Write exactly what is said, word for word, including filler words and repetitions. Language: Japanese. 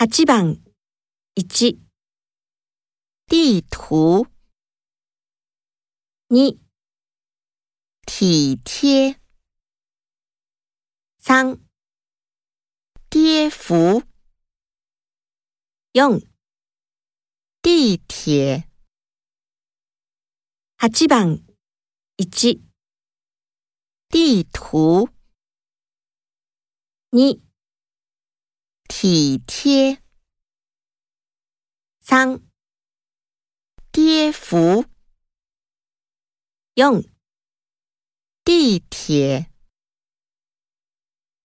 はちばんいち、 地图に、 体贴さん、 跌伏よん、 地铁はちばんいち、 地图に、 体贴さん、 跌伏よん、 地铁